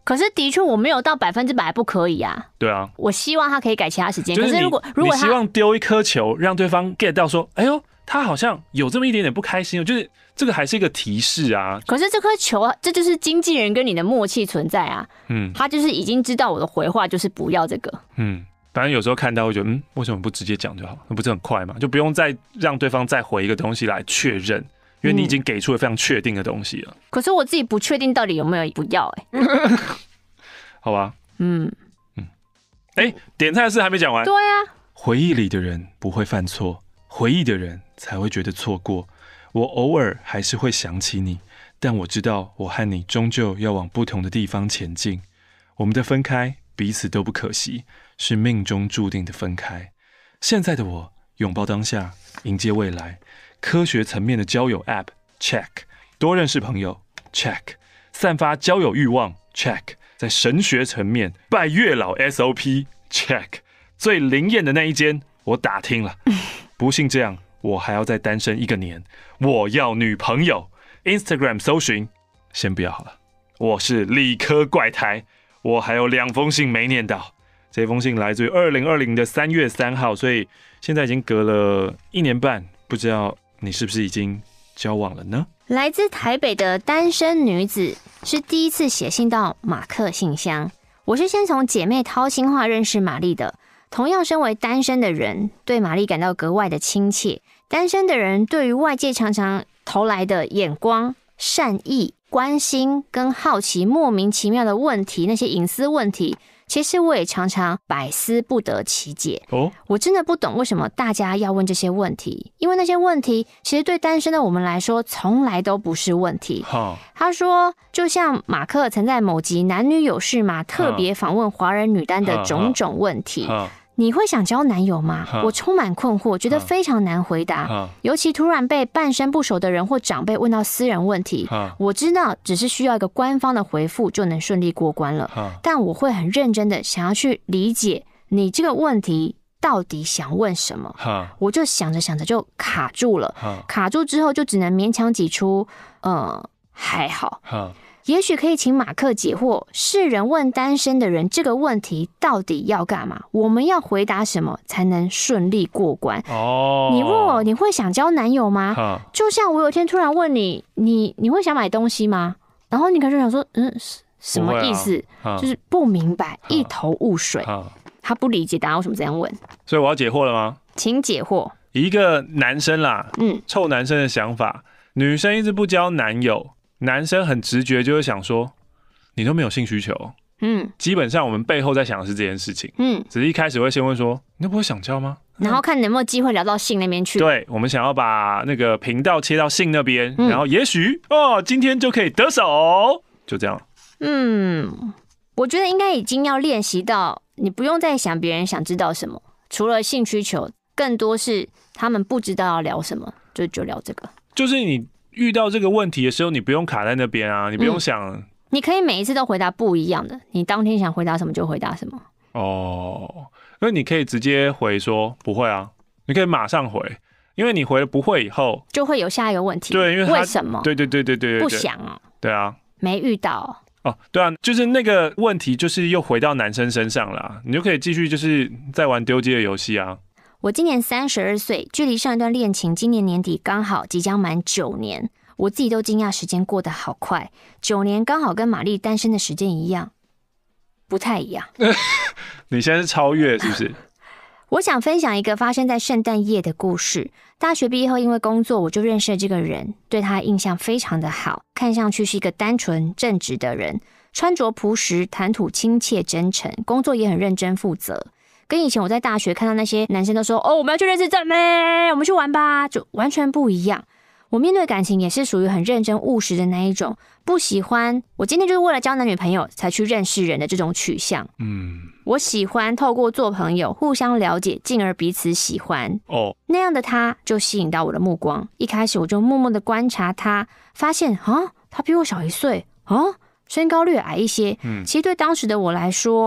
可是的确我没有到百分之百不可以啊。 对啊， 我希望他可以改其他时间。 就是、 可是如果如果他你希望丢一颗球让对方 get 到说，哎呦，他好像有这么一点点不开心，就是这个还是一个提示啊。 可是这颗球，这就是经纪人跟你的默契存在啊。嗯，他就是已经知道我的回话就是不要这个。嗯。 反正有时候看到会觉得，嗯，为什么不直接讲就好？那不是很快吗？就不用再让对方再回一个东西来确认，因为你已经给出了非常确定的东西了。 可是我自己不确定到底有没有不要、欸，哎， 好吧，嗯嗯，哎、欸，点菜的事还没讲完。 对啊， 回忆里的人不会犯错，回忆的人才会觉得错过。我偶尔还是会想起你，但我知道我和你终究要往不同的地方前进。我们的分开，彼此都不可惜。是命中注定的分开。现在的我拥抱当下，迎接未来。科学层面的交友 App check， 多认识朋友 check， 散发交友欲望 check， 在神学层面拜月老 S O P check， 最灵验的那一间我打听了。不信这样，我还要再单身一个年。我要女朋友。Instagram 搜寻，先不要好了。我是理科怪胎，我还有两封信没念到。这封信来自于二零二零的三月三号，所以现在已经隔了一年半，不知道你是不是已经交往了呢？ 来自台北的单身女子是第一次写信到马克信箱。我是先从姐妹掏心话认识玛丽的，同样身为单身的人，对玛丽感到格外的亲切。单身的人对于外界常常投来的眼光、善意、关心跟好奇，莫名其妙的问题，那些隐私问题。其实我也常常百思不得其解。哦，我真的不懂为什么大家要问这些问题，因为那些问题其实对单身的我们来说从来都不是问题。他说，就像马克曾在某集《男女有事吗》特别访问华人女单的种种问题。你会想交男友吗？我充满困惑，觉得非常难回答。尤其突然被半生不熟的人或长辈问到私人问题，我知道只是需要一个官方的回复就能顺利过关了。但我会很认真的想要去理解你这个问题到底想问什么。我就想着想着就卡住了，卡住之后就只能勉强挤出，呃，还好。也许可以请马克解惑，世人问单身的人这个问题到底要干嘛？我们要回答什么才能顺利过关？哦，你问我你会想交男友吗？就像我有一天突然问你，你你会想买东西吗？然后你可能就想说，嗯，什么意思？啊、就是不明白，一头雾水。他不理解答案为什么这样问， 所以我要解惑了吗？ 请解惑。 一个男生啦，嗯，臭男生的想法，女生一直不交男友。男生很直觉就会想说，你都没有性需求，嗯，基本上我们背后在想的是这件事情，嗯，只是一开始会先问说，你都不会想交吗？ 然后看能不能机会聊到性那边去。 对，我们想要把那个频道切到性那边，嗯、然后也许哦，今天就可以得手，就这样。 嗯，我觉得应该已经要练习到，你不用再想别人想知道什么，除了性需求，更多是他们不知道要聊什么，就就聊这个。 就是你。遇到这个问题的时候，你不用卡在那边啊，你不用想、嗯， 你可以每一次都回答不一样的，你当天想回答什么就回答什么。 哦，因为你可以直接回说不会啊，你可以马上回，因为你回了不会以后， 就会有下一个问题。 对，因为为什么？ 对对对对 对, 对， 不想啊。 对啊， 没遇到。 哦，对啊，就是那个问题，就是又回到男生身上了，你就可以继续就是在玩丢接的游戏啊。 我今年三十二岁，距离上一段恋情今年年底刚好即将满九年。我自己都惊讶，时间过得好快，九年刚好跟玛丽单身的时间一样，不太一样。 你现在是超越是不是？ 我想分享一个发生在圣诞夜的故事。大学毕业后，因为工作，我就认识了这个人，对他印象非常的好，看上去是一个单纯正直的人，穿着朴实，谈吐亲切真诚，工作也很认真负责。跟以前我在大学看到那些男生都说，哦，我们要去认识正妹，我们去玩吧，就完全不一样。我面对感情也是属于很认真务实的那一种，不喜欢我今天就是为了交男女朋友才去认识人的这种取向。嗯，我喜欢透过做朋友互相了解，进而彼此喜欢。哦，那样的他就吸引到我的目光。一开始我就默默的观察他，发现啊，他比我小一岁啊，身高略矮一些。嗯，其实对当时的我来说，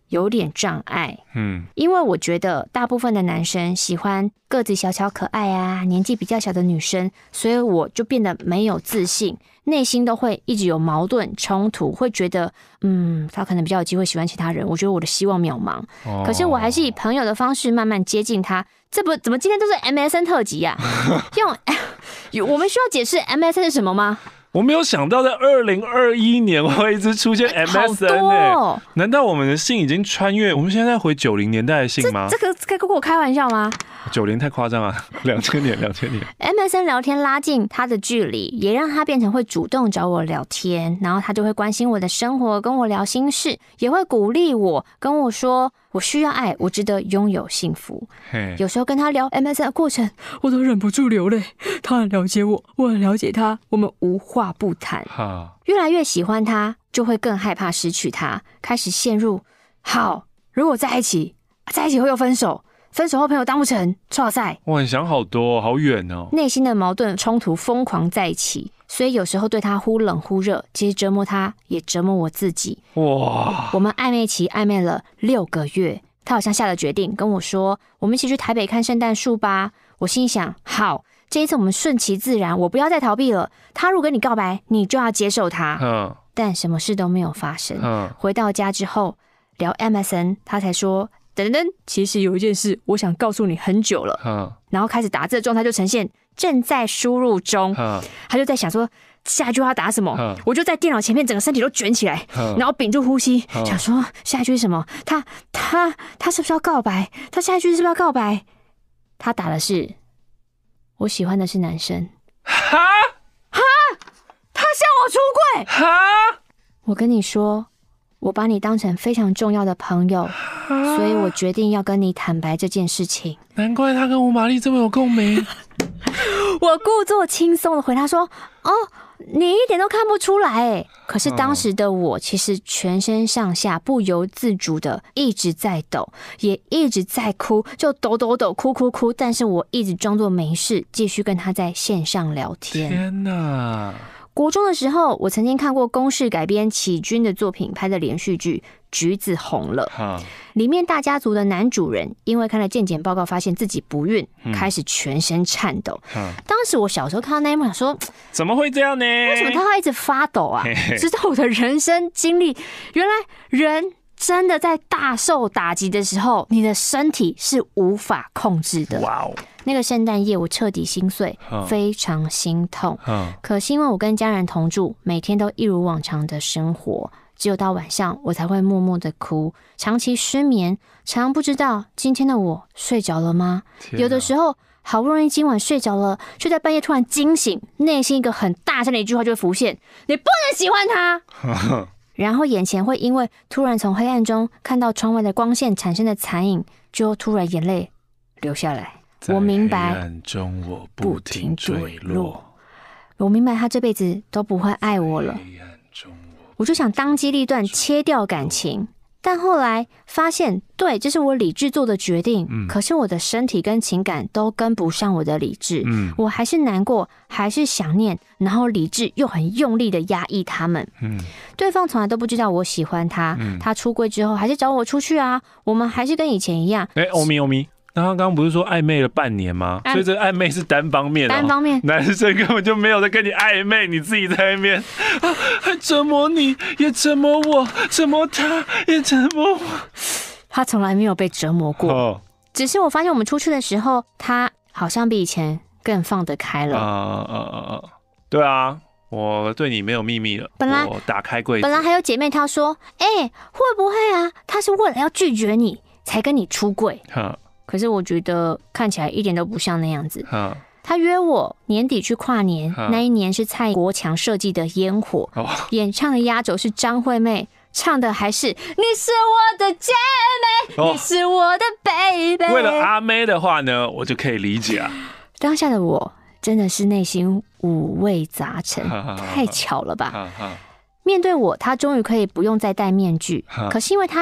有点障碍。 嗯， 因为我觉得大部分的男生喜欢个子小巧可爱啊，年纪比较小的女生，所以我就变得没有自信，内心都会一直有矛盾冲突，会觉得嗯，他可能比较有机会喜欢其他人，我觉得我的希望渺茫。 哦、 可是我还是以朋友的方式慢慢接近他。这不怎么今天都是 M S N 特辑啊？用我们需要解释 M S N 是什么吗？ 我没有想到在二零二一年会一直出现 M S N 呢、欸哦。难道我们的信已经穿越？我们现在在回九零年代的信吗？ 这, 这个这个跟我开玩笑吗？ 九零太夸张了，两千年，两千年。 M S N 聊天拉近他的距离，也让他变成会主动找我聊天，然后他就会关心我的生活，跟我聊心事，也会鼓励我，跟我说我需要爱，我值得拥有幸福。有时候跟他聊 M S N 的过程，我都忍不住流泪。他很了解我，我很了解他，我们无话不谈。越来越喜欢他，就会更害怕失去他，开始陷入好，如果在一起，在一起会又分手。分手后朋友当不成，剉赛。 哇，你想好多，好远哦。 内心的矛盾冲突疯狂在一起，所以有时候对他忽冷忽热，其实折磨他也折磨我自己。哇，我们暧昧期暧昧了六个月，他好像下了决定跟我说，我们一起去台北看圣诞树吧。我心想，好，这一次我们顺其自然，我不要再逃避了。他如果跟你告白，你就要接受他。嗯，但什么事都没有发生。嗯，回到家之后聊 M S N， 他才说。等等，其实有一件事我想告诉你很久了。嗯，然后开始打字的状态就呈现正在输入中。嗯，他就在想说下一句话打什么。嗯，我就在电脑前面整个身体都卷起来，嗯，然后屏住呼吸，嗯，想说下一句是什么？他他他是不是要告白？他下一句是不是要告白？他打的是我喜欢的是男生。哈哈，他向我出柜。哈，我跟你说。我把你当成非常重要的朋友，所以我决定要跟你坦白这件事情。 难怪他跟吴玛丽这么有共鸣。 我故作轻松的回答说：“哦，你一点都看不出来哎。”可是当时的我其实全身上下不由自主的一直在抖，也一直在哭，就抖抖抖，哭哭哭。但是我一直装作没事，继续跟他在线上聊天。 天哪！ 国中的时候，我曾经看过公视改编启军的作品拍的连续剧《橘子红了》，里面大家族的男主人因为看了健检报告，发现自己不孕，开始全身颤抖。当时我小时候看到那一幕，想说怎么会这样呢？ 为什么他会一直发抖啊？知道我的人生经历，原来人真的在大受打击的时候，你的身体是无法控制的。哇哦！那个圣诞夜，我彻底心碎，非常心痛。可是因为我跟家人同住，每天都一如往常的生活，只有到晚上我才会默默的哭，长期失眠，常不知道今天的我睡着了吗？有的时候好不容易今晚睡着了，却在半夜突然惊醒，内心一个很大声的一句话就会浮现：你不能喜欢他。然后眼前会因为突然从黑暗中看到窗外的光线产生的残影，就突然眼泪流下来。我明白， 黑暗中我不停坠落。 我明白他这辈子都不会爱我了。我就想当机立断切掉感情，但后来发现，对，这是我理智做的决定。嗯、可是我的身体跟情感都跟不上我的理智。嗯、我还是难过，还是想念，然后理智又很用力的压抑他们。嗯、对方从来都不知道我喜欢他。嗯、他出柜之后还是找我出去啊，我们还是跟以前一样。 哎、欸，欧咪欧咪。那他刚刚不是说暧昧了半年吗？所以这暧昧是单方面的、哦， 单方面， 男生根本就没有在跟你暧昧，你自己在那边、啊，还折磨你，也折磨我，折磨他，也折磨我。 他从来没有被折磨过，哦、只是我发现我们出去的时候，他好像比以前更放得开了。啊啊啊啊！对啊，我对你没有秘密了。本来我打开柜子， 本来还有姐妹她说：“哎、欸，会不会啊？他是为了要拒绝你才跟你出柜。”可是我觉得看起来一点都不像那样子。他约我年底去跨年，那一年是蔡国强设计的烟火，哦、演唱的压轴是张惠妹，唱的还是你是我的姐妹，哦、你是我的 baby。 为了阿妹的话呢，我就可以理解啊。 当下的我真的是内心五味杂陈，太巧了吧？面对我，他终于可以不用再戴面具，可是因为他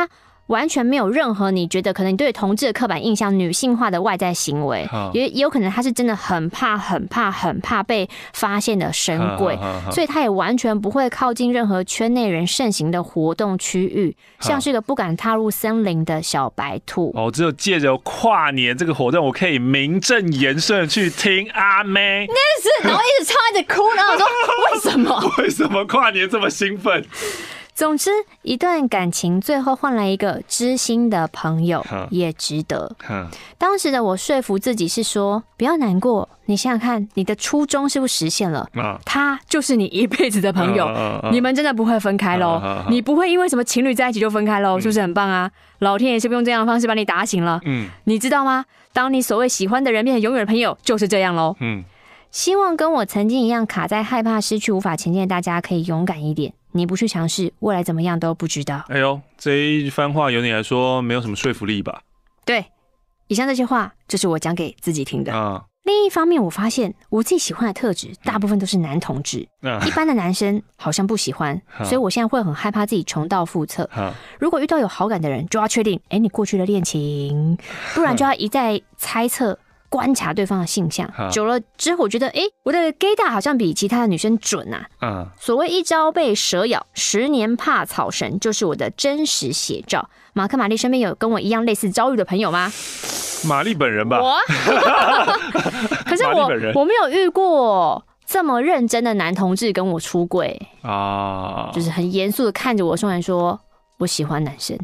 完全没有任何你觉得可能你对同志的刻板印象、女性化的外在行为，也也有可能他是真的很怕、很怕、很怕被发现的深柜，所以他也完全不会靠近任何圈内人盛行的活动区域，像是个不敢踏入森林的小白兔。 哦，只有借着跨年这个活动，我可以名正言顺的去听阿妹。 那是，然后一直唱一直哭，然后我说为什么？ 为什么跨年这么兴奋？ 总之，一段感情最后换来一个知心的朋友，也值得。当时的我说服自己是说，不要难过，你想想看，你的初衷是不是实现了？他就是你一辈子的朋友，你们真的不会分开喽，你不会因为什么情侣在一起就分开喽，是不是很棒啊？老天爷是不是用这样的方式把你打醒了？嗯，你知道吗？当你所谓喜欢的人变成永远的朋友，就是这样喽。嗯，希望跟我曾经一样卡在害怕失去、无法前进的大家，可以勇敢一点。你不去尝试，未来怎么样都不知道。 哎呦，这一番话由你来说没有什么说服力吧？ 对，以上这些话就是我讲给自己听的。啊、另一方面，我发现我自己喜欢的特质，大部分都是男同志，啊、一般的男生好像不喜欢，啊、所以我现在会很害怕自己重蹈覆辙。啊、如果遇到有好感的人，就要确定，哎，你过去的恋情，不然就要一再猜测。观察对方的性向，久了之后，我觉得，哎，我的 gaydar 好像比其他的女生准啊。嗯，所谓一朝被蛇咬，十年怕草绳，就是我的真实写照。马克、玛丽身边有跟我一样类似遭遇的朋友吗？ 玛丽本人吧。 我，可是我我没有遇过这么认真的男同志跟我出柜啊，就是很严肃的看着我，说完说我喜欢男生。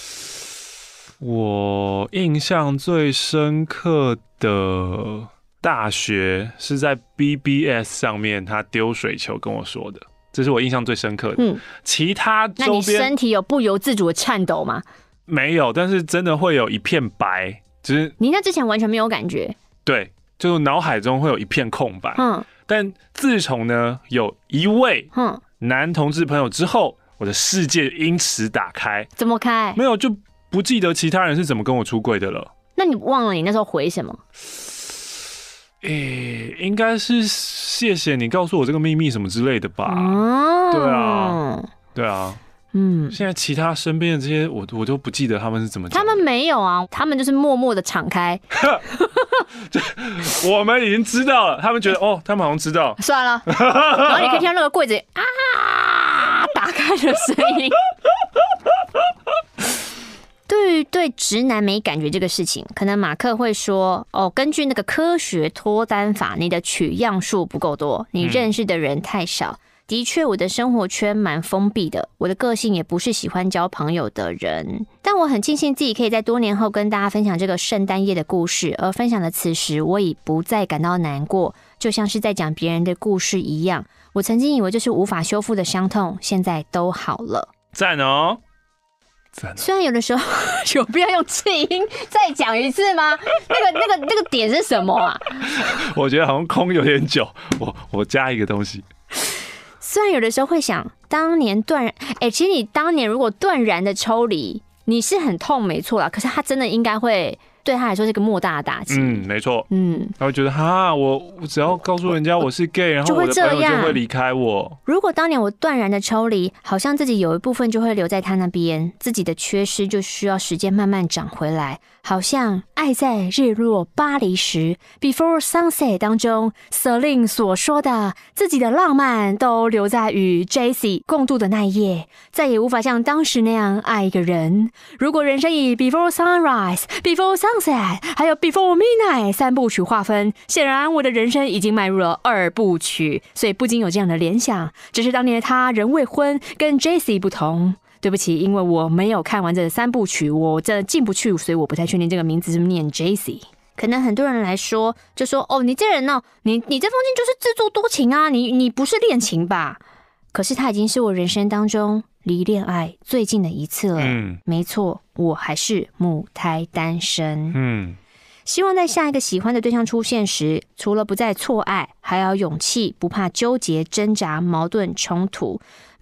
我印象最深刻的大学是在 B B S 上面，他丢水球跟我说的，这是我印象最深刻的。嗯，其他周边，那你身体有不由自主的颤抖吗？ 没有，但是真的会有一片白，就是你那之前完全没有感觉。 对，就脑海中会有一片空白。嗯，但自从呢有一位男同志朋友之后，我的世界因此打开。 怎么开？ 没有就。不记得其他人是怎么跟我出柜的了。 那你忘了你那时候回什么？ 诶、欸，应该是谢谢你告诉我这个秘密什么之类的吧。哦，对啊，对啊。嗯，现在其他身边的这些我我都不记得他们是怎么讲的。 他们没有啊，他们就是默默的敞开。 我们已经知道了，他们觉得哦，他们好像知道。 算了，然后你可以听到那个柜子啊打开的声音。对于对直男没感觉这个事情，可能马克会说：“哦，根据那个科学脱单法，你的取样数不够多，你认识的人太少。嗯、的确，我的生活圈蛮封闭的，我的个性也不是喜欢交朋友的人。但我很庆幸自己可以在多年后跟大家分享这个圣诞夜的故事，而分享的此时，我已不再感到难过，就像是在讲别人的故事一样。我曾经以为这是无法修复的伤痛，现在都好了。” 赞哦！ 虽然有的时候有必要用气音再讲一次吗？那个、那个、那个点是什么啊？ 我觉得好像空有点久，我我加一个东西。 虽然有的时候会想，当年断然，哎、欸，其实你当年如果断然的抽离，你是很痛，没错啦。可是他真的应该会。对他来说是个莫大的打击。 嗯，没错。嗯，他会觉得哈，我我只要告诉人家我是 gay， 然后我的朋友就会离开我。 如果当年我断然的抽离，好像自己有一部分就会留在他那边，自己的缺失就需要时间慢慢长回来。好像爱在日落巴黎时 Before Sunset 当中 Celine 所说的，自己的浪漫都留在与 Jessie 共度的那一夜，再也无法像当时那样爱一个人。如果人生以 Before Sunrise、Before Sunset 还有 Before Midnight 三部曲划分，显然我的人生已经迈入了二部曲，所以不禁有这样的联想，只是当年的他人未婚，跟 Jessie 不同。对不起，因为我没有看完这三部曲，我真的进不去，所以我不太确定这个名字是不是念 Jessie。可能很多人来说，就说哦，你这人呢、哦，你你这封信就是自作多情啊，你你不是恋情吧？可是他已经是我人生当中离恋爱最近的一次了。嗯，没错，我还是母胎单身。嗯。希望在下一个喜欢的对象出现时，除了不再错爱，还要勇气，不怕纠结、挣扎、矛盾、冲突。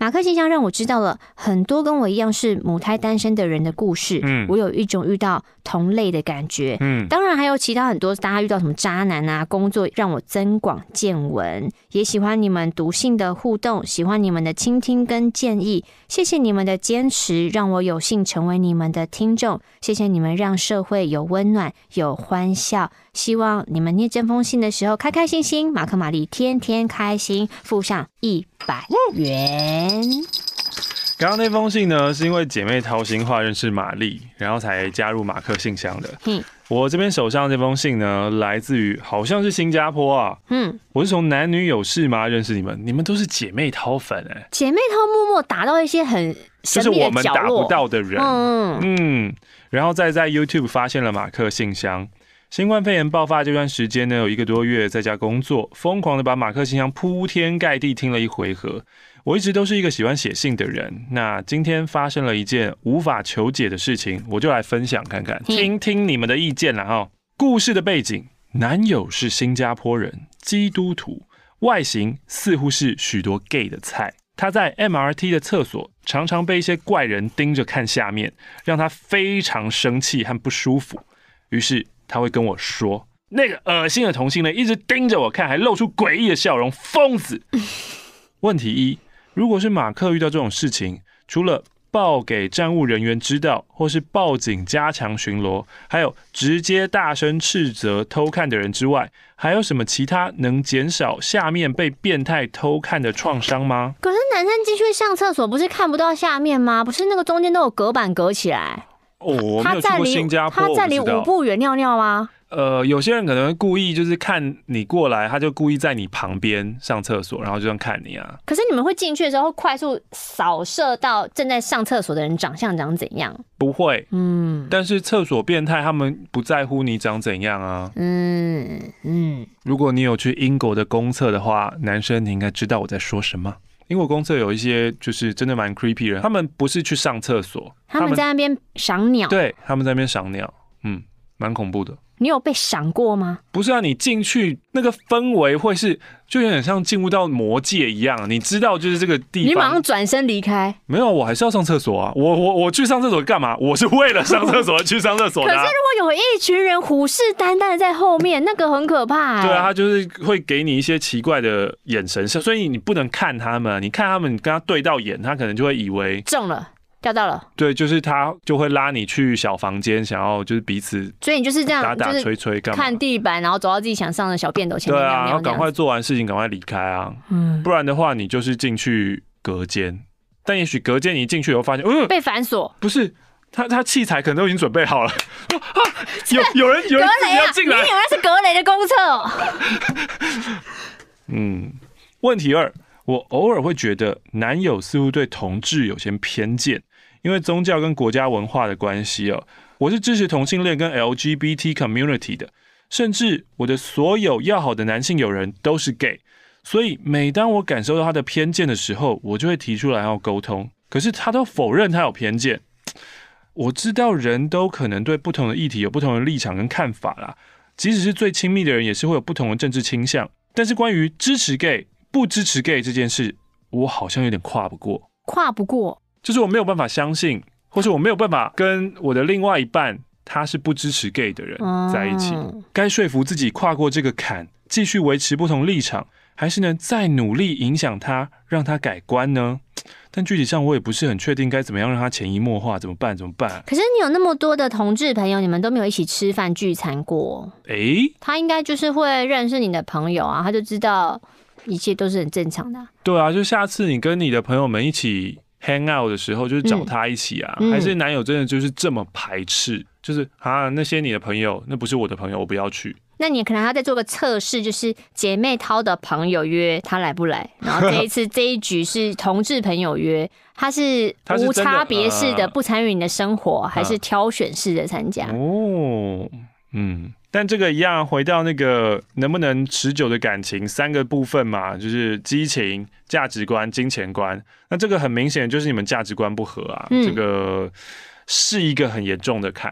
马克信箱让我知道了很多跟我一样是母胎单身的人的故事，嗯，我有一种遇到同类的感觉，嗯，当然还有其他很多大家遇到什么渣男啊，工作让我增广见闻，也喜欢你们读信的互动，喜欢你们的倾听跟建议，谢谢你们的坚持，让我有幸成为你们的听众，谢谢你们让社会有温暖有欢笑，希望你们念这封信的时候开开心心，马克玛丽天天开心，附上一百元。 刚刚那封信呢，是因为姐妹掏心话认识玛丽，然后才加入马克信箱的。嗯，我这边手上这封信呢，来自于好像是新加坡啊。嗯，我是从男女有事吗认识你们，你们都是姐妹掏粉哎、欸。 姐妹掏默默打到一些很神秘的角落，就是我们打不到的人。嗯嗯，然后再在 YouTube 发现了马克信箱。新冠肺炎爆发这段时间呢，有一个多月在家工作，疯狂的把马克信箱铺天盖地听了一回合。我一直都是一个喜欢写信的人，那今天发生了一件无法求解的事情，我就来分享看看，听听你们的意见啦哈。故事的背景，男友是新加坡人，基督徒，外形似乎是许多 gay 的菜。他在 M R T 的厕所常常被一些怪人盯着看下面，让他非常生气和不舒服。于是他会跟我说，那个恶心的同性恋一直盯着我看，还露出诡异的笑容，疯子。问题一，如果是马克遇到这种事情，除了报给站务人员知道，或是报警加强巡逻，还有直接大声斥责偷看的人之外，还有什么其他能减少下面被变态偷看的创伤吗？ 可是男生进去上厕所不是看不到下面吗？不是那个中间都有隔板隔起来？ 哦，我没有去过新加坡， 他在离五步远尿尿吗？ 呃，有些人可能会故意就是看你过来，他就故意在你旁边上厕所，然后就这样看你啊。 可是你们会进去的时候会快速扫射到正在上厕所的人长相长怎样？ 不会，嗯。但是厕所变态他们不在乎你长怎样啊。嗯嗯。如果你有去英国的公厕的话，男生你应该知道我在说什么。英国公厕有一些就是真的蛮 creepy 的人，他们不是去上厕所， 他们在那边赏鸟。 对，他们在那边赏鸟，嗯，蛮恐怖的。 你有被赏过吗？ 不是啊，你进去那个氛围会是就有点像进入到魔界一样，你知道就是这个地方， 你马上转身离开。 没有，我还是要上厕所啊！我我我去上厕所干嘛？我是为了上厕所去上厕所的、啊。 可是如果有一群人虎视眈眈的在后面，那个很可怕、欸。 对啊，他就是会给你一些奇怪的眼神，所以你不能看他们，你看他们，你跟他对到眼，他可能就会以为中了。钓到了， 对，就是他就会拉你去小房间，想要就是彼此， 所以你就是这样打打吹吹干嘛？ 看地板，然后走到自己想上的小便斗前面， 对啊，然后赶快做完事情，赶快离开啊，嗯，不然的话你就是进去隔间，但也许隔间你进去以后发现，嗯， 被反锁， 不是，他他器材可能都已经准备好了，啊、有有人有人自己要进来， 你以为是格雷的公厕？ 嗯，问题二，我偶尔会觉得男友似乎对同志有些偏见。因为宗教跟国家文化的关系哦，我是支持同性恋跟 L G B T community 的，甚至我的所有要好的男性友人都是 gay， 所以每当我感受到他的偏见的时候，我就会提出来要沟通，可是他都否认他有偏见。我知道人都可能对不同的议题有不同的立场跟看法啦，即使是最亲密的人也是会有不同的政治倾向，但是关于支持 gay 不支持 gay 这件事，我好像有点跨不过。 跨不过？ 就是我没有办法相信，或是我没有办法跟我的另外一半他是不支持 gay 的人在一起。该说服自己跨过这个坎，继续维持不同立场，还是呢再努力影响他，让他改观呢？但具体上我也不是很确定该怎么样让他潜移默化，怎么办？怎么办？ 可是你有那么多的同志朋友，你们都没有一起吃饭聚餐过。 欸， 他应该就是会认识你的朋友啊，他就知道一切都是很正常的啊。 对啊，就下次你跟你的朋友们一起hang out 的时候，就是找他一起啊，嗯、还是男友真的就是这么排斥？就是啊，那些你的朋友，那不是我的朋友，我不要去。 那你可能要再做个测试，就是姐妹淘的朋友约他来不来，然后这一次这一局是同志朋友约，他是无差别式的不参与你的生活，还是挑选式的参加？ 哦，嗯。但这个一样，回到那个能不能持久的感情三个部分嘛，就是激情、价值观、金钱观。那这个很明显就是你们价值观不合啊，嗯、这个是一个很严重的坎。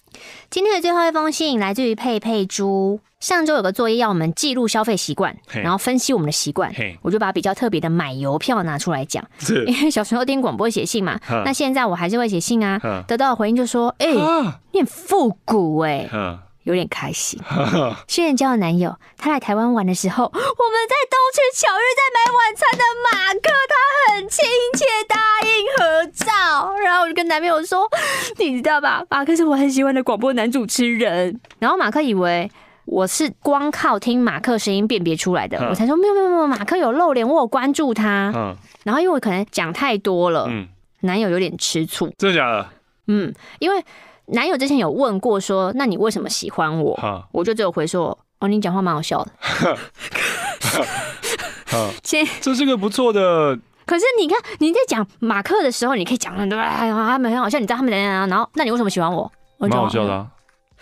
今天的最后一封信来自于佩佩猪。上周有个作业要我们记录消费习惯，然后分析我们的习惯，我就把比较特别的买邮票拿出来讲。因为小时候听广播写信嘛，那现在我还是会写信啊。得到的回应就说：“哎、欸，你很复古哎、欸。”有点开心。新人交的男友，他来台湾玩的时候，我们在东区巧遇在买晚餐的马克，他很亲切答应合照，然后我就跟男朋友说：“你知道吧，马克是我很喜欢的广播男主持人。”然后马克以为我是光靠听马克声音辨别出来的，我才说没有没有没有，马克有露脸，我有关注他。然后因为我可能讲太多了，男友有点吃醋。 真的假的？嗯， 因为男友之前有问过说，那你为什么喜欢我？我就只有回说，哦，你讲话蛮好笑的。 这是个不错的。 可是你看你在讲马克的时候，你可以讲很多，哎呀，他们很好笑，你知道他们怎样，然后那你为什么喜欢我？ 蛮好笑的啊。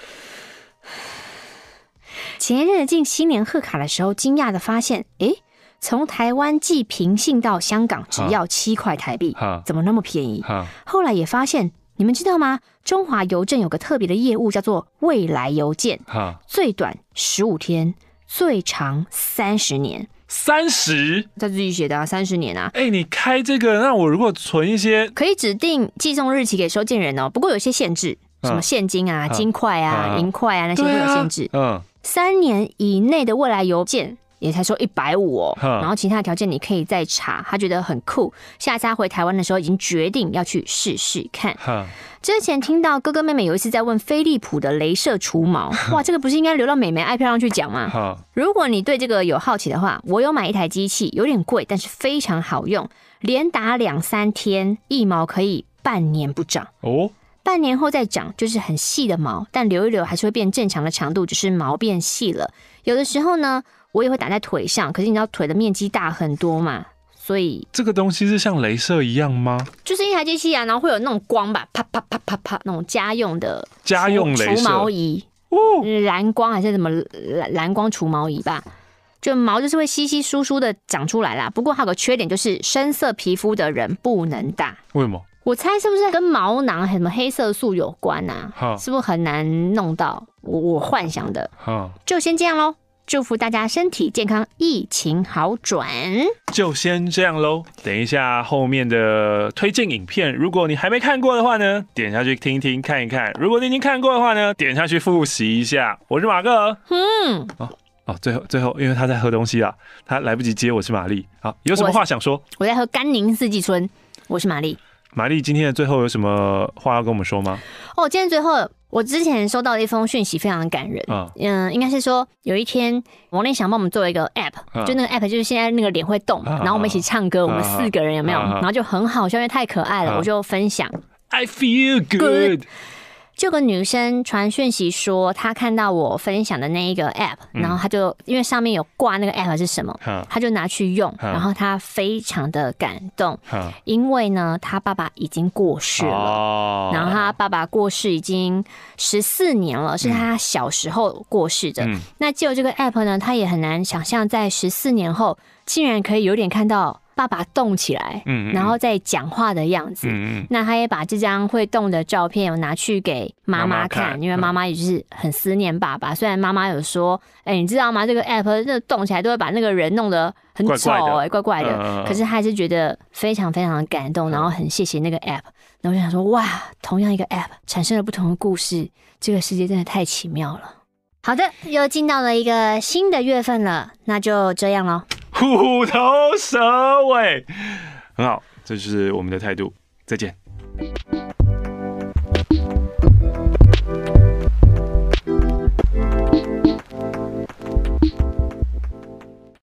前一阵子进新年贺卡的时候，惊讶的发现，哎，从台湾寄平信到香港只要七块台币，怎么那么便宜？后来也发现。你们知道吗？中华邮政有个特别的业务叫做未来邮件，最短十五天，最长三十年。 三十？ 他自己写的啊，三十年啊。 哎、欸，你开这个，那我如果存一些， 可以指定寄送日期给收件人哦。不过有些限制，什么现金啊、金块啊、银块啊那些都有限制。嗯，三年以内的未来邮件。也才说一百五哦，然后其他的条件你可以再查。他觉得很酷，下次他回台湾的时候已经决定要去试试看。之前听到哥哥妹妹有一次在问飞利浦的雷射除毛，哇，这个不是应该留到美眉爱漂上去讲吗？如果你对这个有好奇的话，我有买一台机器，有点贵，但是非常好用，连打两三天，一毛可以半年不长哦。半年后再长，就是很细的毛，但留一留还是会变正常的长度，只是毛变细了。有的时候呢。我也会打在腿上，可是你知道腿的面积大很多嘛，所以这个东西是像雷射一样吗？ 就是一台机器啊，然后会有那种光吧，啪啪啪啪啪那种家用的家用雷射除毛仪，哦，蓝光还是什么蓝蓝光除毛仪吧，就毛就是会稀稀疏疏的长出来啦。不过还有个缺点，就是深色皮肤的人不能打。 为什么？ 我猜是不是跟毛囊什么黑色素有关啊？是不是很难弄到？我我幻想的，就先这样咯。祝福大家身体健康，疫情好转。 就先这样咯。等一下后面的推荐影片，如果你还没看过的话呢，点下去听一听看一看；如果你已经看过的话呢，点下去复习一下。我是马哥。嗯。哦哦，最后最后，因为他在喝东西啊，他来不及接。我是玛丽。好，有什么话想说？ 我, 我在喝甘宁四季春。我是玛丽。 玛丽，今天的最后有什么话要跟我们说吗？ 哦，今天最后。我之前收到的一封讯息非常的感人，嗯、呃，应该是说有一天王力想帮我们做一个 app，、嗯、就那个 app 就是现在那个脸会动，嗯、然后我们一起唱歌，嗯、我们四个人有没有？嗯、然后就很好笑，因为太可爱了，嗯、我就分享。 I feel good。 就个女生传讯息说，她看到我分享的那一个 app，、嗯、然后她就因为上面有挂那个 app 是什么，嗯、她就拿去用，嗯、然后她非常的感动，嗯、因为呢，她爸爸已经过世了，哦、然后她爸爸过世已经十四年了，是她小时候过世的。嗯、那就这个 app 呢，她也很难想象在十四年后，竟然可以有点看到。爸爸动起来，嗯嗯然后再讲话的样子。嗯嗯那他也把这张会动的照片有拿去给妈妈看，妈妈因为妈妈也就是很思念爸爸。嗯、虽然妈妈有说，哎、欸，你知道吗？这个 app 那动起来都会把那个人弄得很丑，哎，怪怪的。嗯、可是他还是觉得非常非常的感动，然后很谢谢那个 app。然后我就想说，哇，同样一个 app 产生了不同的故事，这个世界真的太奇妙了。好的，又进到了一个新的月份了，那就这样咯。 虎头蛇尾，很好，这就是我们的态度。再见。